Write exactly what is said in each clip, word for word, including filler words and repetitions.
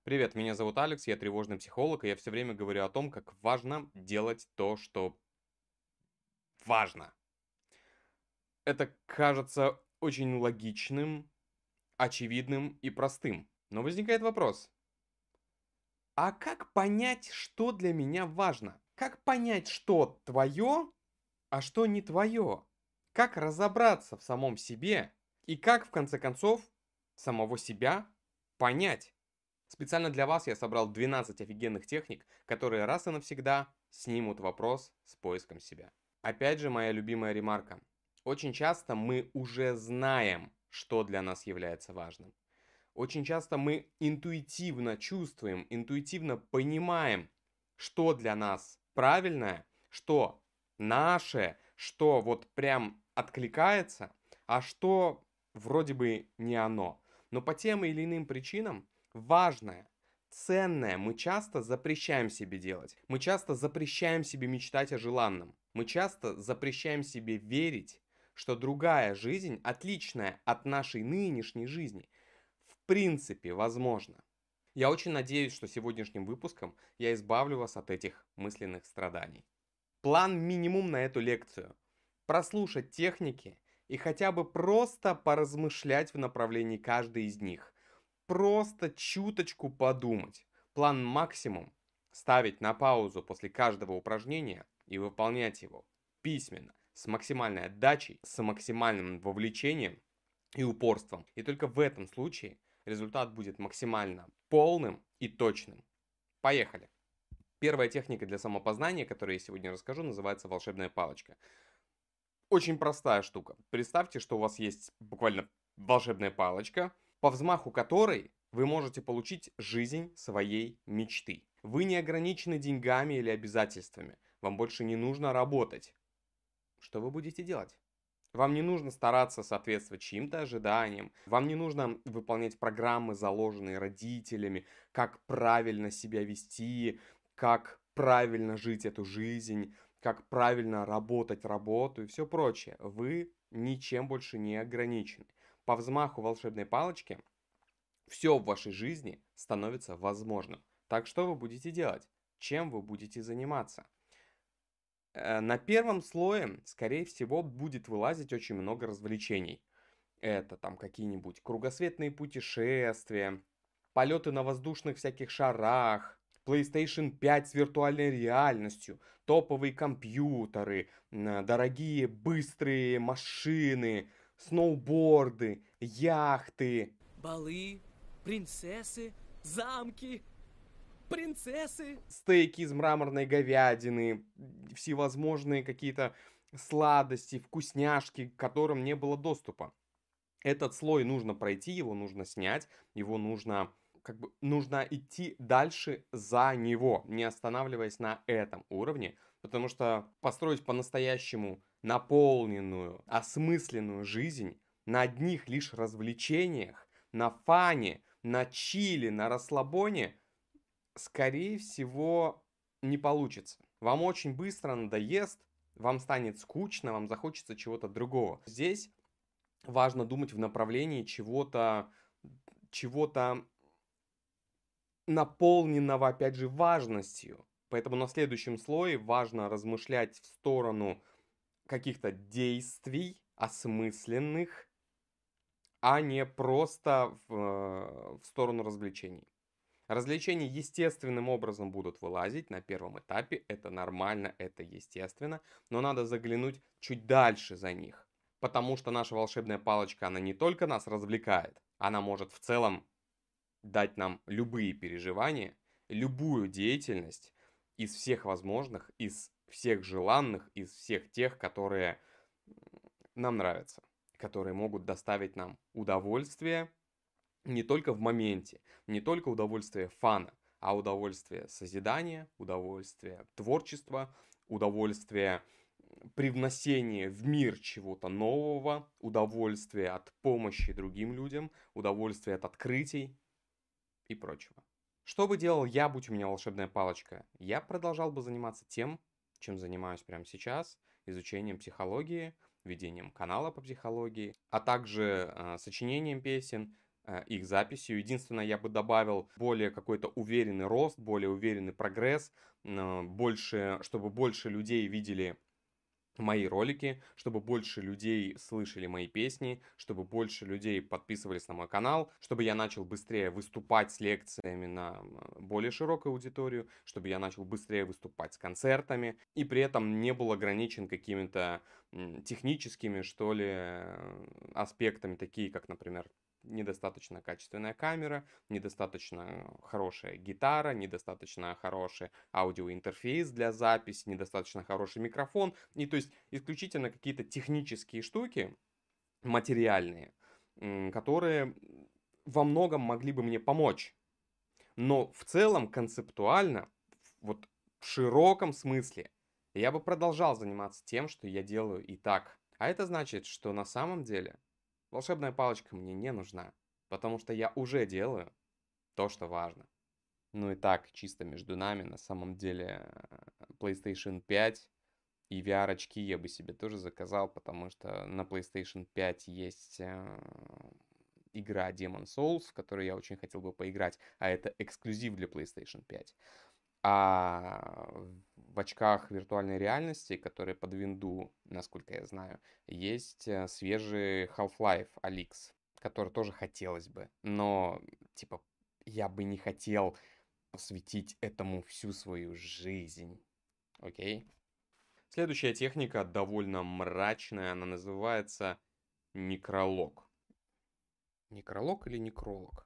Привет, меня зовут Алекс, я тревожный психолог, и я все время говорю о том, как важно делать то, что важно. Это кажется очень логичным, очевидным и простым. Но возникает вопрос, а как понять, что для меня важно? Как понять, что твое, а что не твое? Как разобраться в самом себе? И как, в конце концов, самого себя понять? Специально для вас я собрал двенадцать офигенных техник, которые раз и навсегда снимут вопрос с поиском себя. Опять же, моя любимая ремарка. Очень часто мы уже знаем, что для нас является важным. Очень часто мы интуитивно чувствуем, интуитивно понимаем, что для нас правильное, что наше, что вот прям откликается, а что вроде бы не оно. Но по тем или иным причинам важное, ценное мы часто запрещаем себе делать. Мы часто запрещаем себе мечтать о желанном. Мы часто запрещаем себе верить, что другая жизнь, отличная от нашей нынешней жизни, в принципе возможно. Я очень надеюсь, что сегодняшним выпуском я избавлю вас от этих мысленных страданий. План минимум на эту лекцию. Прослушать техники и хотя бы просто поразмышлять в направлении каждой из них. Просто чуточку подумать. План максимум. Ставить на паузу после каждого упражнения и выполнять его письменно, с максимальной отдачей, с максимальным вовлечением и упорством. И только в этом случае результат будет максимально полным и точным. Поехали! Первая техника для самопознания, которую я сегодня расскажу, называется волшебная палочка. Очень простая штука. Представьте, что у вас есть буквально волшебная палочка, по взмаху которой вы можете получить жизнь своей мечты. Вы не ограничены деньгами или обязательствами. Вам больше не нужно работать. Что вы будете делать? Вам не нужно стараться соответствовать чьим-то ожиданиям. Вам не нужно выполнять программы, заложенные родителями, как правильно себя вести, как правильно жить эту жизнь, как правильно работать работу и все прочее. Вы ничем больше не ограничены. По взмаху волшебной палочки все в вашей жизни становится возможным. Так что вы будете делать? Чем вы будете заниматься? Э, На первом слое, скорее всего, будет вылазить очень много развлечений. Это там какие-нибудь кругосветные путешествия, полеты на воздушных всяких шарах, плейстейшн пять с виртуальной реальностью, топовые компьютеры, м, дорогие быстрые машины, сноуборды, яхты, Балы, принцессы, замки, принцессы. стейки из мраморной говядины, всевозможные какие-то сладости, вкусняшки, к которым не было доступа. Этот слой нужно пройти, его нужно снять, его нужно как бы нужно идти дальше за него, не останавливаясь на этом уровне, потому что построить по-настоящему наполненную, осмысленную жизнь на одних лишь развлечениях, на фане, на чиле, на расслабоне, скорее всего, не получится. Вам очень быстро надоест, вам станет скучно, вам захочется чего-то другого. Здесь важно думать в направлении чего-то, чего-то наполненного, опять же, важностью. Поэтому на следующем слое важно размышлять в сторону каких-то действий осмысленных, а не просто в, э, в сторону развлечений. Развлечения естественным образом будут вылазить на первом этапе, это нормально, это естественно, но надо заглянуть чуть дальше за них. Потому что наша волшебная палочка, она не только нас развлекает, она может в целом дать нам любые переживания, любую деятельность из всех возможных, из всех желанных, из всех тех, которые нам нравятся, которые могут доставить нам удовольствие не только в моменте, не только удовольствие фана, а удовольствие созидания, удовольствие творчества, удовольствие привносения в мир чего-то нового, удовольствие от помощи другим людям, удовольствие от открытий и прочего. Что бы делал я, будь у меня волшебная палочка? Я продолжал бы заниматься тем, чем занимаюсь прямо сейчас, изучением психологии, ведением канала по психологии, а также э, сочинением песен, э, их записью. Единственное, я бы добавил более какой-то уверенный рост, более уверенный прогресс, э, больше, чтобы больше людей видели мои ролики, чтобы больше людей слышали мои песни, чтобы больше людей подписывались на мой канал, чтобы я начал быстрее выступать с лекциями на м, более широкую аудиторию, чтобы я начал быстрее выступать с концертами и при этом не был ограничен какими-то м, техническими, что ли, э, аспектами, такие как, например, недостаточно качественная камера, недостаточно хорошая гитара, недостаточно хороший аудиоинтерфейс для записи, недостаточно хороший микрофон. И то есть исключительно какие-то технические штуки, материальные, м, которые во многом могли бы мне помочь. Но в целом, концептуально, вот в широком смысле, я бы продолжал заниматься тем, что я делаю и так. А это значит, что на самом деле волшебная палочка мне не нужна, потому что я уже делаю то, что важно. Ну и так, чисто между нами, на самом деле, э, PlayStation пять и V R-очки я бы себе тоже заказал, потому что на PlayStation пять есть э, игра Demon's Souls, в которую я очень хотел бы поиграть, а это эксклюзив для PlayStation пять. А в очках виртуальной реальности, которые под винду, насколько я знаю, есть э, свежий Half-Life Alyx, который тоже хотелось бы. Но, типа, я бы не хотел посвятить этому всю свою жизнь. Окей? Следующая техника довольно мрачная, она называется некролог. Некролог или некролог?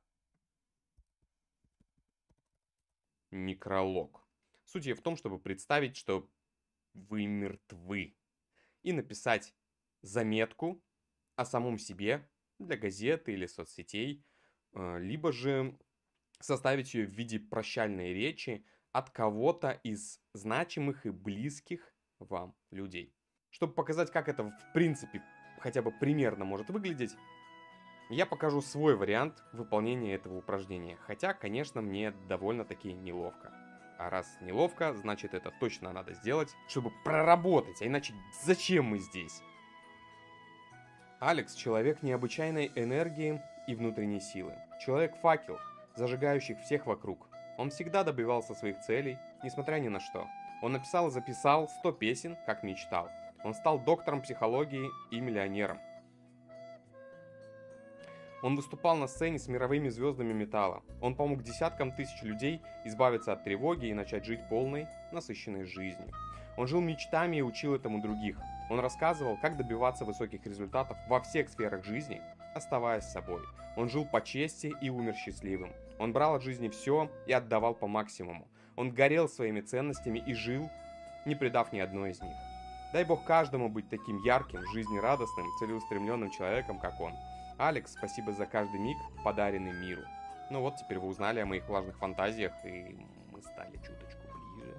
Некролог. Суть ее в том, чтобы представить, что вы мертвы, и написать заметку о самом себе для газеты или соцсетей, э, либо же составить ее в виде прощальной речи от кого-то из значимых и близких вам людей. Чтобы показать, как это в принципе хотя бы примерно может выглядеть, я покажу свой вариант выполнения этого упражнения. Хотя, конечно, мне довольно-таки неловко. А раз неловко, значит это точно надо сделать, чтобы проработать, а иначе зачем мы здесь? Алекс – человек необычайной энергии и внутренней силы. Человек-факел, зажигающих всех вокруг. Он всегда добивался своих целей, несмотря ни на что. Он написал и записал сто песен, как мечтал. Он стал доктором психологии и миллионером. Он выступал на сцене с мировыми звездами металла. Он помог десяткам тысяч людей избавиться от тревоги и начать жить полной, насыщенной жизнью. Он жил мечтами и учил этому других. Он рассказывал, как добиваться высоких результатов во всех сферах жизни, оставаясь собой. Он жил по чести и умер счастливым. Он брал от жизни все и отдавал по максимуму. Он горел своими ценностями и жил, не предав ни одной из них. Дай бог каждому быть таким ярким, жизнерадостным, целеустремленным человеком, как он. Алекс, спасибо за каждый миг, подаренный миру. Ну вот, теперь вы узнали о моих влажных фантазиях, и мы стали чуточку ближе.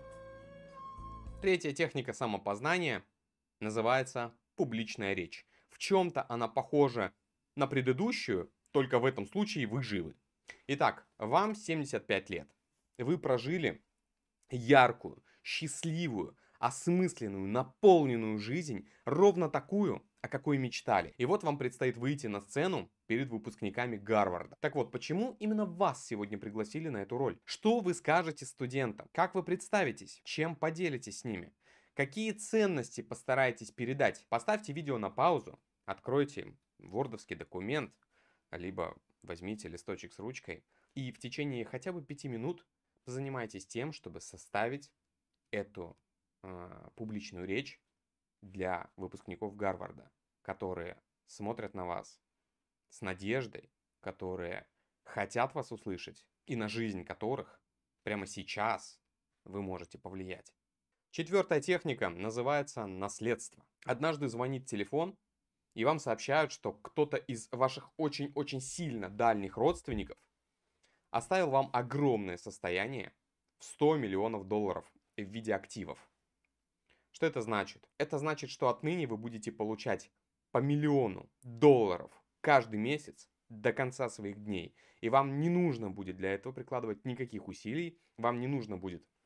Третья техника самопознания называется публичная речь. В чем-то она похожа на предыдущую, только в этом случае вы живы. Итак, вам семьдесят пять лет. Вы прожили яркую, счастливую, осмысленную, наполненную жизнь, ровно такую, о какой мечтали. И вот вам предстоит выйти на сцену перед выпускниками Гарварда. Так вот, почему именно вас сегодня пригласили на эту роль? Что вы скажете студентам? Как вы представитесь? Чем поделитесь с ними? Какие ценности постараетесь передать? Поставьте видео на паузу, откройте вордовский документ, либо возьмите листочек с ручкой и в течение хотя бы пяти минут позанимайтесь тем, чтобы составить эту э, публичную речь для выпускников Гарварда, которые смотрят на вас с надеждой, которые хотят вас услышать и на жизнь которых прямо сейчас вы можете повлиять. Четвертая техника называется наследство. Однажды звонит телефон, и вам сообщают, что кто-то из ваших очень-очень сильно дальних родственников оставил вам огромное состояние в сто миллионов долларов в виде активов. Что это значит? Это значит, что отныне вы будете получать по миллиону долларов каждый месяц до конца своих дней. И вам не нужно будет для этого прикладывать никаких усилий, вам не нужно будет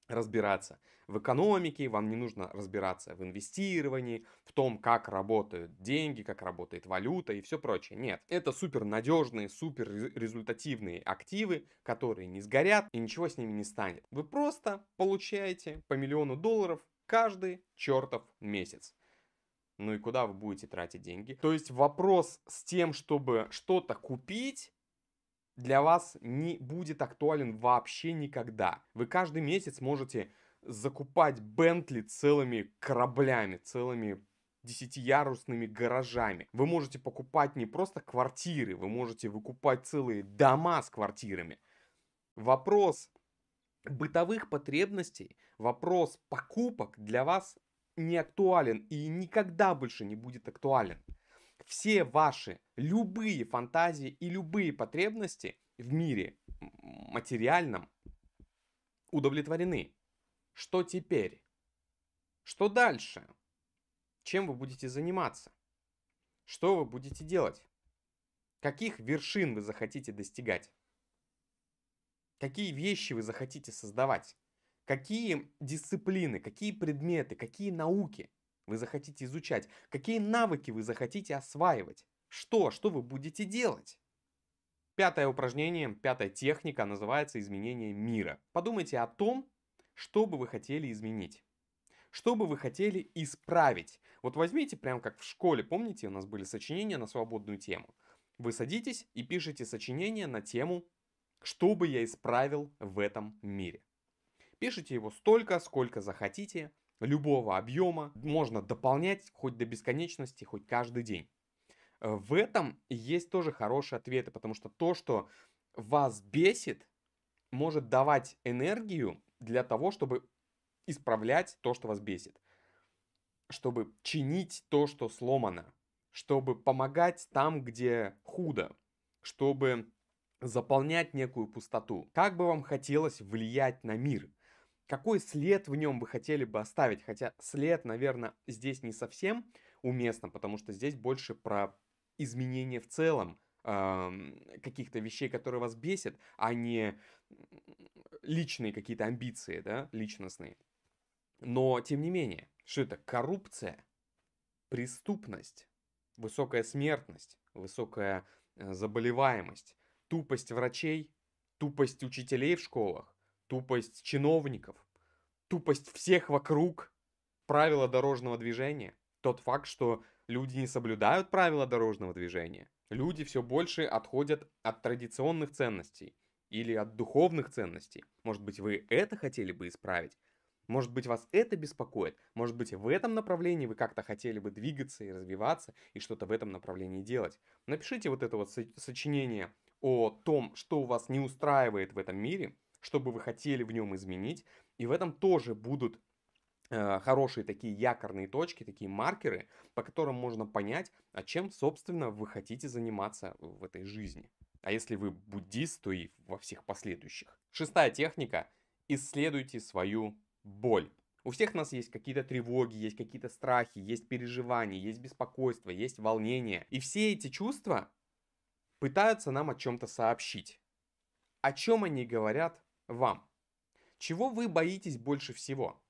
разбираться в экономике, вам не нужно разбираться в инвестировании, в том, как работают деньги, как работает валюта и все прочее. Нет, это супер надежные, супер результативные активы, которые не сгорят и ничего с ними не станет. Вы просто получаете по миллиону долларов каждый чертов месяц. Ну и куда вы будете тратить деньги? То есть вопрос с тем, чтобы что-то купить, для вас не будет актуален вообще никогда. Вы каждый месяц можете закупать Бентли целыми кораблями, целыми десятиярусными гаражами. Вы можете покупать не просто квартиры, вы можете выкупать целые дома с квартирами. Вопрос бытовых потребностей, вопрос покупок для вас не актуален и никогда больше не будет актуален. Все ваши любые фантазии и любые потребности в мире материальном удовлетворены. Что теперь? Что дальше? Чем вы будете заниматься? Что вы будете делать? Каких вершин вы захотите достигать? Какие вещи вы захотите создавать? Какие дисциплины, какие предметы, какие науки вы захотите изучать? Какие навыки вы захотите осваивать? Что? Что вы будете делать? Пятое упражнение, пятая техника называется изменение мира. Подумайте о том, что бы вы хотели изменить. Что бы вы хотели исправить. Вот возьмите, прям как в школе, помните, у нас были сочинения на свободную тему. Вы садитесь и пишете сочинение на тему, что бы я исправил в этом мире. Пишите его столько, сколько захотите, любого объема, можно дополнять хоть до бесконечности, хоть каждый день. В этом есть тоже хорошие ответы, потому что то, что вас бесит, может давать энергию для того, чтобы исправлять то, что вас бесит, чтобы чинить то, что сломано, чтобы помогать там, где худо, чтобы заполнять некую пустоту. Как бы вам хотелось влиять на мир? Какой след в нем вы хотели бы оставить? Хотя след, наверное, здесь не совсем уместно, потому что здесь больше про изменения в целом, э, каких-то вещей, которые вас бесят, а не личные какие-то амбиции, да, личностные. Но, тем не менее, что это? Коррупция, преступность, высокая смертность, высокая э, заболеваемость, тупость врачей, тупость учителей в школах, тупость чиновников, тупость всех вокруг, правила дорожного движения. Тот факт, что люди не соблюдают правила дорожного движения. Люди все больше отходят от традиционных ценностей или от духовных ценностей. Может быть, вы это хотели бы исправить? Может быть, вас это беспокоит? Может быть, в этом направлении вы как-то хотели бы двигаться и развиваться, и что-то в этом направлении делать? Напишите вот это вот сочинение о том, что вас не устраивает в этом мире, что бы вы хотели в нем изменить, и в этом тоже будут э, хорошие такие якорные точки, такие маркеры, по которым можно понять, а чем, собственно, вы хотите заниматься в этой жизни. А если вы буддист, то и во всех последующих. Шестая техника. Исследуйте свою боль. У всех нас есть какие-то тревоги, есть какие-то страхи, есть переживания, есть беспокойство, есть волнение. И все эти чувства пытаются нам о чем-то сообщить. О чем они говорят вам? Чего вы боитесь больше всего?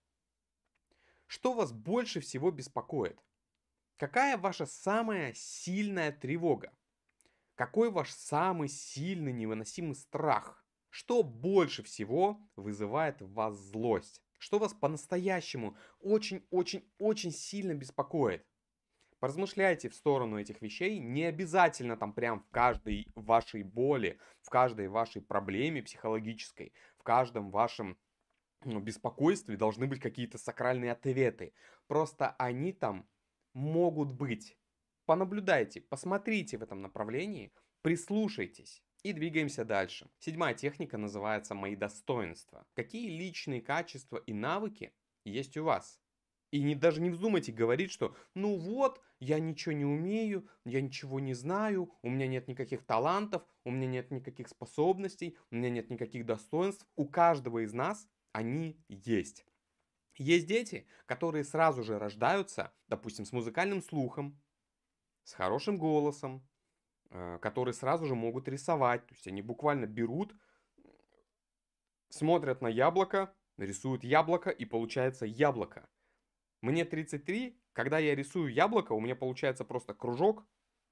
Что вас больше всего беспокоит? Какая ваша самая сильная тревога? Какой ваш самый сильный невыносимый страх? Что больше всего вызывает в вас злость? Что вас по-настоящему очень-очень-очень сильно беспокоит? Поразмышляйте в сторону этих вещей. Не обязательно там прям в каждой вашей боли, в каждой вашей проблеме психологической, в каждом вашем ну, беспокойстве должны быть какие-то сакральные ответы. Просто они там могут быть. Понаблюдайте, посмотрите в этом направлении, прислушайтесь. И двигаемся дальше. Седьмая техника называется «Мои достоинства». Какие личные качества и навыки есть у вас? И не, даже не вздумайте говорить, что ну вот, я ничего не умею, я ничего не знаю, у меня нет никаких талантов, у меня нет никаких способностей, у меня нет никаких достоинств. У каждого из нас они есть. Есть дети, которые сразу же рождаются, допустим, с музыкальным слухом, с хорошим голосом, которые сразу же могут рисовать. То есть они буквально берут, смотрят на яблоко, рисует яблоко и получается яблоко. Мне тридцать три, когда я рисую яблоко, у меня получается просто кружок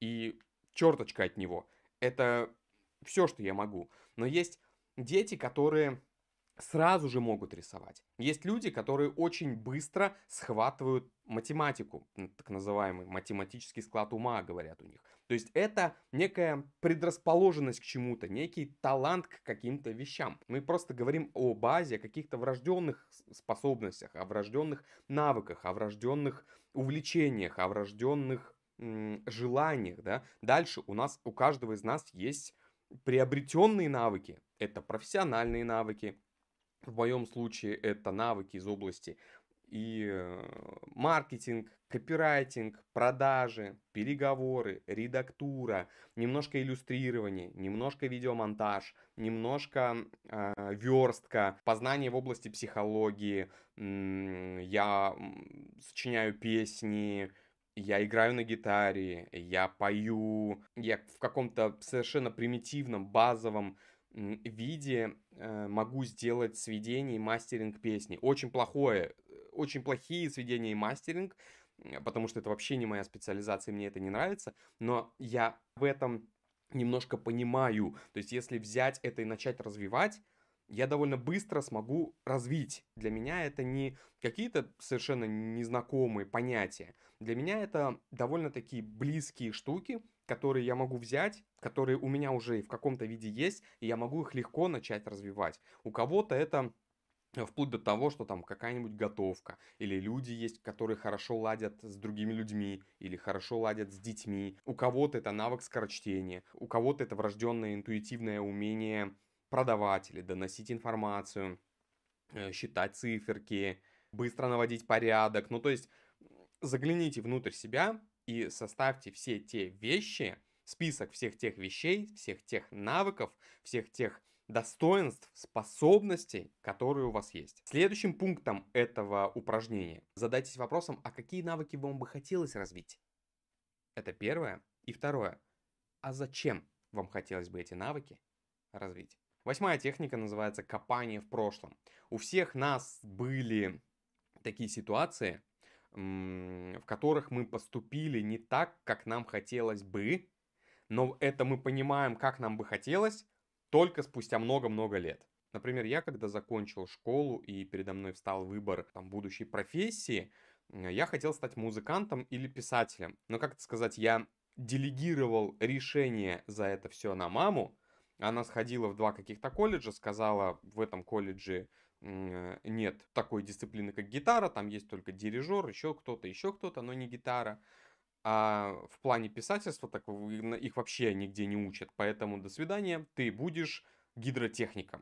и черточка от него. Это все, что я могу. Но есть дети, которые сразу же могут рисовать. Есть люди, которые очень быстро схватывают математику, м, так называемый математический склад ума, говорят у них. То есть это некая предрасположенность к чему-то, некий талант к каким-то вещам. Мы просто говорим о базе, о каких-то врожденных способностях, о врожденных навыках, о врожденных увлечениях, о врожденных м, желаниях. Да? Дальше у нас, у каждого из нас есть приобретенные навыки. Это профессиональные навыки, в моем случае это навыки из области и э, маркетинг, копирайтинг, продажи, переговоры, редактура, немножко иллюстрирование, немножко видеомонтаж, немножко э, верстка, познание в области психологии, м, я м, сочиняю песни, я играю на гитаре, я пою, я в каком-то совершенно примитивном, базовом м, виде э, могу сделать сведение и мастеринг песни. Очень плохое, э, очень плохие сведения и мастеринг, э, потому что это вообще не моя специализация, мне это не нравится, но я в этом немножко понимаю. То есть, если взять это и начать развивать, я довольно быстро смогу развить. Для меня это не какие-то совершенно незнакомые понятия. Для меня это довольно такие близкие штуки, которые я могу взять, которые у меня уже в каком-то виде есть, и я могу их легко начать развивать. У кого-то это э, вплоть до того, что там какая-нибудь готовка, или люди есть, которые хорошо ладят с другими людьми, или хорошо ладят с детьми. У кого-то это навык скорочтения, у кого-то это врожденное интуитивное умение продавать или доносить информацию, э, считать циферки, быстро наводить порядок. Ну, то есть загляните внутрь себя и составьте все те вещи, список всех тех вещей, всех тех навыков, всех тех достоинств, способностей, которые у вас есть. Следующим пунктом этого упражнения задайтесь вопросом, а какие навыки вам бы хотелось развить? Это первое. И второе. А зачем вам хотелось бы эти навыки развить? Восьмая техника называется копание в прошлом. У всех нас были такие ситуации, м, в которых мы поступили не так, как нам хотелось бы, но это мы понимаем, как нам бы хотелось, только спустя много-много лет. Например, я когда закончил школу и передо мной встал выбор там, будущей профессии, м, я хотел стать музыкантом или писателем. Но, как это сказать, я делегировал решение за это все на маму. Она сходила в два каких-то колледжа, сказала, в этом колледже м, нет такой дисциплины, как гитара, там есть только дирижер, еще кто-то, еще кто-то, но не гитара. А в плане писательства так в- их вообще нигде не учат. Поэтому до свидания, ты будешь гидротехником.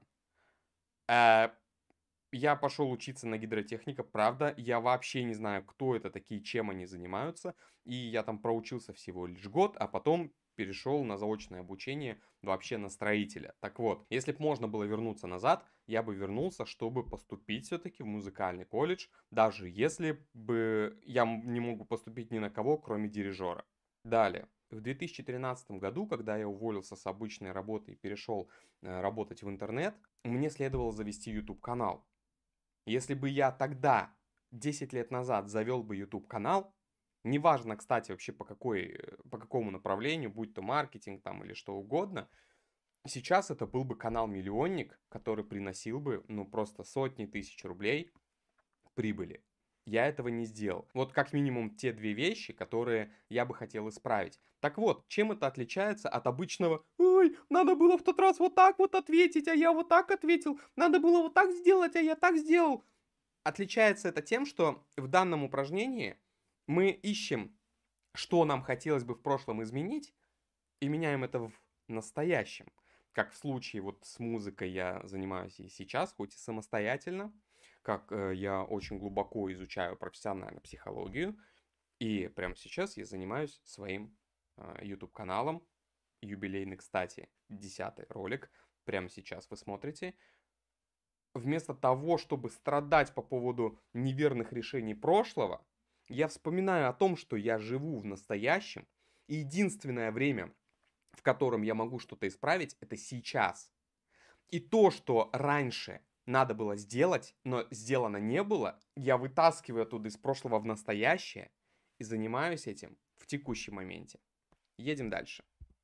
Э, я пошел учиться на гидротехника, правда, я вообще не знаю, кто это такие, чем они занимаются, и я там проучился всего лишь год, а потом перешел на заочное обучение вообще на строителя. Так вот, если бы можно было вернуться назад, я бы вернулся, чтобы поступить все-таки в музыкальный колледж, даже если бы я м- не мог бы поступить ни на кого, кроме дирижера. Далее. В две тысячи тринадцатом году, когда я уволился с обычной работы и перешел э, работать в интернет, мне следовало завести YouTube канал. Если бы я тогда, десять лет назад, завел бы YouTube канал, неважно, кстати, вообще по, какой, э, по какому направлению, будь то маркетинг там или что угодно, сейчас это был бы канал-миллионник, который приносил бы, ну, просто сотни тысяч рублей прибыли. Я этого не сделал. Вот как минимум те две вещи, которые я бы хотел исправить. Так вот, чем это отличается от обычного «Ой, надо было в тот раз вот так вот ответить, а я вот так ответил, надо было вот так сделать, а я так сделал». Отличается это тем, что в данном упражнении мы ищем, что нам хотелось бы в прошлом изменить, и меняем это в настоящем. Как в случае вот с музыкой я занимаюсь и сейчас, хоть и самостоятельно, как э, я очень глубоко изучаю профессионально психологию, и прямо сейчас я занимаюсь своим э, YouTube-каналом, юбилейный, кстати, десятый ролик, прямо сейчас вы смотрите. Вместо того, чтобы страдать по поводу неверных решений прошлого, я вспоминаю о том, что я живу в настоящем, и единственное время, в котором я могу что-то исправить, это сейчас. И то, что раньше надо было сделать, но сделано не было, я вытаскиваю оттуда из прошлого в настоящее и занимаюсь этим в текущем моменте. Едем дальше.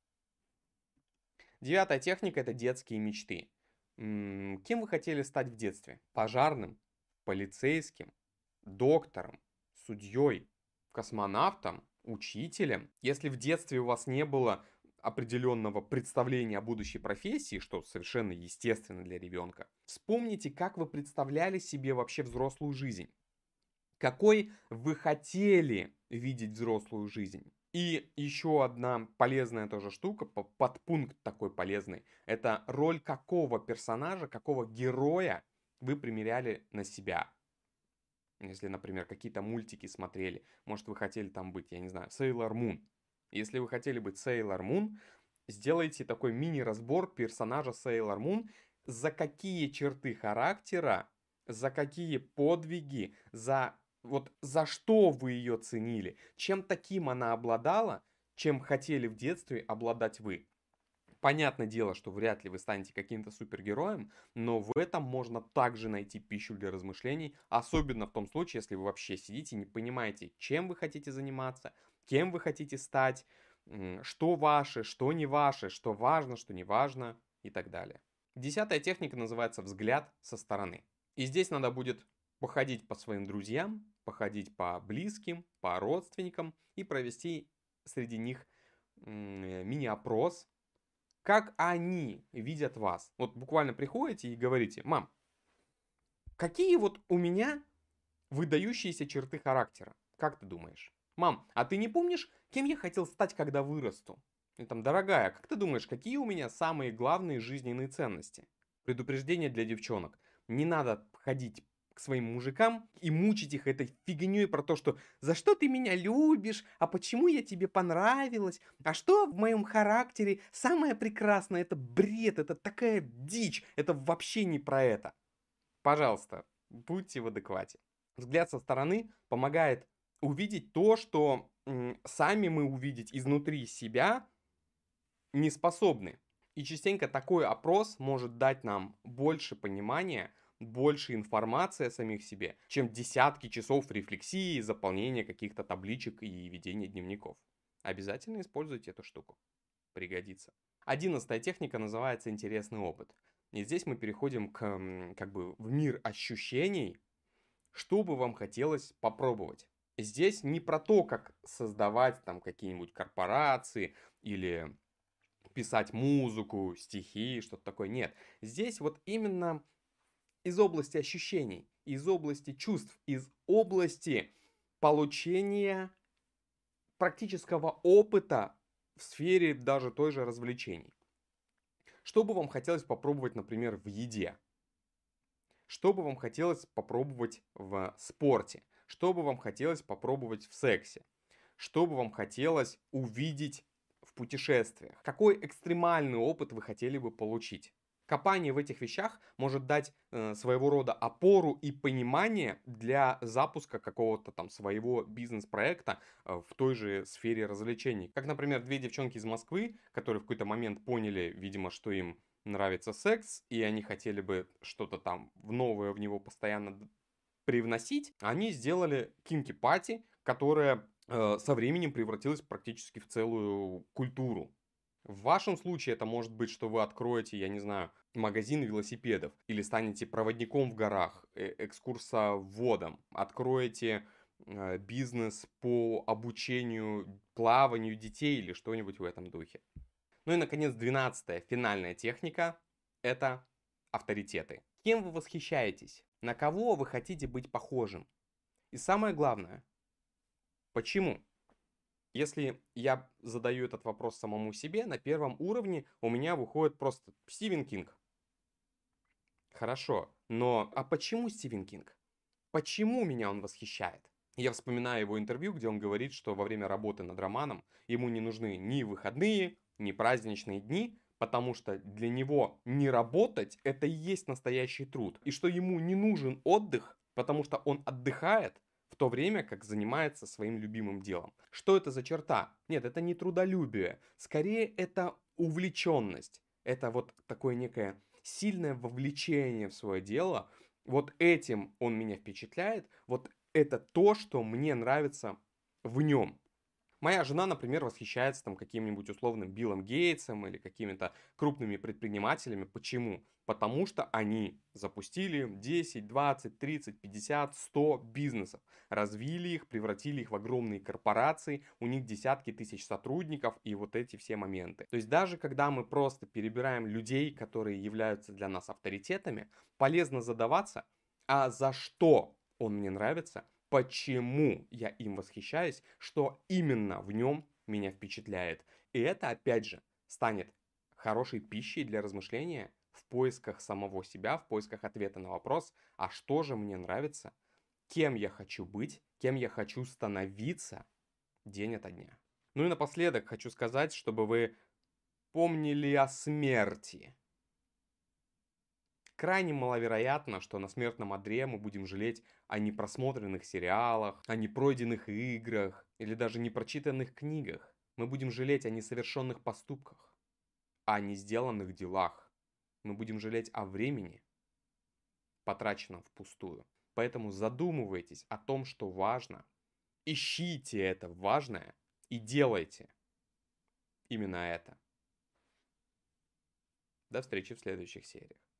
Девятая техника — это детские мечты. М, Кем вы хотели стать в детстве? Пожарным, полицейским, доктором, судьей, космонавтом, учителем? Если в детстве у вас не было определенного представления о будущей профессии, что совершенно естественно для ребенка, вспомните, как вы представляли себе вообще взрослую жизнь. Какой вы хотели видеть взрослую жизнь? И еще одна полезная тоже штука, по- подпункт такой полезный, это роль какого персонажа, какого героя вы примеряли на себя. Если, например, какие-то мультики смотрели, может, вы хотели там быть, я не знаю, Sailor Moon. Если вы хотели быть Sailor Moon, сделайте такой мини-разбор персонажа Sailor Moon, за какие черты характера, за какие подвиги, за вот за что вы ее ценили, чем таким она обладала, чем хотели в детстве обладать вы. Понятное дело, что вряд ли вы станете каким-то супергероем, но в этом можно также найти пищу для размышлений, особенно в том случае, если вы вообще сидите и не понимаете, чем вы хотите заниматься, кем вы хотите стать, м, что ваше, что не ваше, что важно, что не важно и так далее. Десятая техника называется взгляд со стороны. И здесь надо будет походить по своим друзьям, походить по близким, по родственникам и провести среди них м, мини-опрос, как они видят вас. Вот буквально приходите и говорите: мам, какие вот у меня выдающиеся черты характера? Как ты думаешь? Мам, а ты не помнишь, кем я хотел стать, когда вырасту? И там, дорогая, как ты думаешь, какие у меня самые главные жизненные ценности? Предупреждение для девчонок. Не надо ходить к своим мужикам и мучить их этой фигней про то, что за что ты меня любишь, а почему я тебе понравилась, а что в моем характере самое прекрасное, это бред, это такая дичь, это вообще не про это. Пожалуйста, будьте в адеквате. Взгляд со стороны помогает увидеть то, что м, сами мы увидеть изнутри себя не способны. И частенько такой опрос может дать нам больше понимания, больше информации о самих себе, чем десятки часов рефлексии, заполнения каких-то табличек и ведения дневников. Обязательно используйте эту штуку. Пригодится. Одиннадцатая техника называется «Интересный опыт». И здесь мы переходим к, м, как бы, в мир ощущений, что бы вам хотелось попробовать. Здесь не про то, как создавать там какие-нибудь корпорации или писать музыку, стихи, что-то такое. Нет. Здесь вот именно из области ощущений, из области чувств, из области получения практического опыта в сфере даже той же развлечений. Что бы вам хотелось попробовать, например, в еде? Что бы вам хотелось попробовать в спорте? Что бы вам хотелось попробовать в сексе? Что бы вам хотелось увидеть в путешествиях? Какой экстремальный опыт вы хотели бы получить? Копание в этих вещах может дать э, своего рода опору и понимание для запуска какого-то там своего бизнес-проекта э, в той же сфере развлечений. Как, например, две девчонки из Москвы, которые в какой-то момент поняли, видимо, что им нравится секс, и они хотели бы что-то там в новое в него постоянно привносить, они сделали кинки-пати, которая э, со временем превратилась практически в целую культуру. В вашем случае это может быть, что вы откроете, я не знаю, магазин велосипедов, или станете проводником в горах, э, экскурсоводом, откроете э, бизнес по обучению плаванию детей или что-нибудь в этом духе. Ну и, наконец, двенадцатая, финальная техника – это авторитеты. Кем вы восхищаетесь? На кого вы хотите быть похожим? И самое главное, почему? Если я задаю этот вопрос самому себе, на первом уровне у меня выходит просто Стивен Кинг. Хорошо, но а почему Стивен Кинг? Почему меня он восхищает? Я вспоминаю его интервью, где он говорит, что во время работы над романом ему не нужны ни выходные, ни праздничные дни, потому что для него не работать – это и есть настоящий труд. И что ему не нужен отдых, потому что он отдыхает в то время, как занимается своим любимым делом. Что это за черта? Нет, это не трудолюбие. Скорее, это увлеченность. Это вот такое некое сильное вовлечение в свое дело. Вот этим он меня впечатляет. Вот это то, что мне нравится в нем. Моя жена, например, восхищается там каким-нибудь условным Биллом Гейтсом или какими-то крупными предпринимателями. Почему? Потому что они запустили десять, двадцать, тридцать, пятьдесят, сто бизнесов, развили их, превратили их в огромные корпорации, у них десятки тысяч сотрудников и вот эти все моменты. То есть даже когда мы просто перебираем людей, которые являются для нас авторитетами, полезно задаваться, а за что он мне нравится, почему я им восхищаюсь, что именно в нем меня впечатляет. И это, опять же, станет хорошей пищей для размышления в поисках самого себя, в поисках ответа на вопрос, а что же мне нравится, кем я хочу быть, кем я хочу становиться день ото дня. Ну и напоследок хочу сказать, чтобы вы помнили о смерти. Крайне маловероятно, что на смертном одре мы будем жалеть о непросмотренных сериалах, о непройденных играх или даже непрочитанных книгах. Мы будем жалеть о несовершенных поступках, о несделанных делах. Мы будем жалеть о времени, потраченном впустую. Поэтому задумывайтесь о том, что важно, ищите это важное и делайте именно это. До встречи в следующих сериях.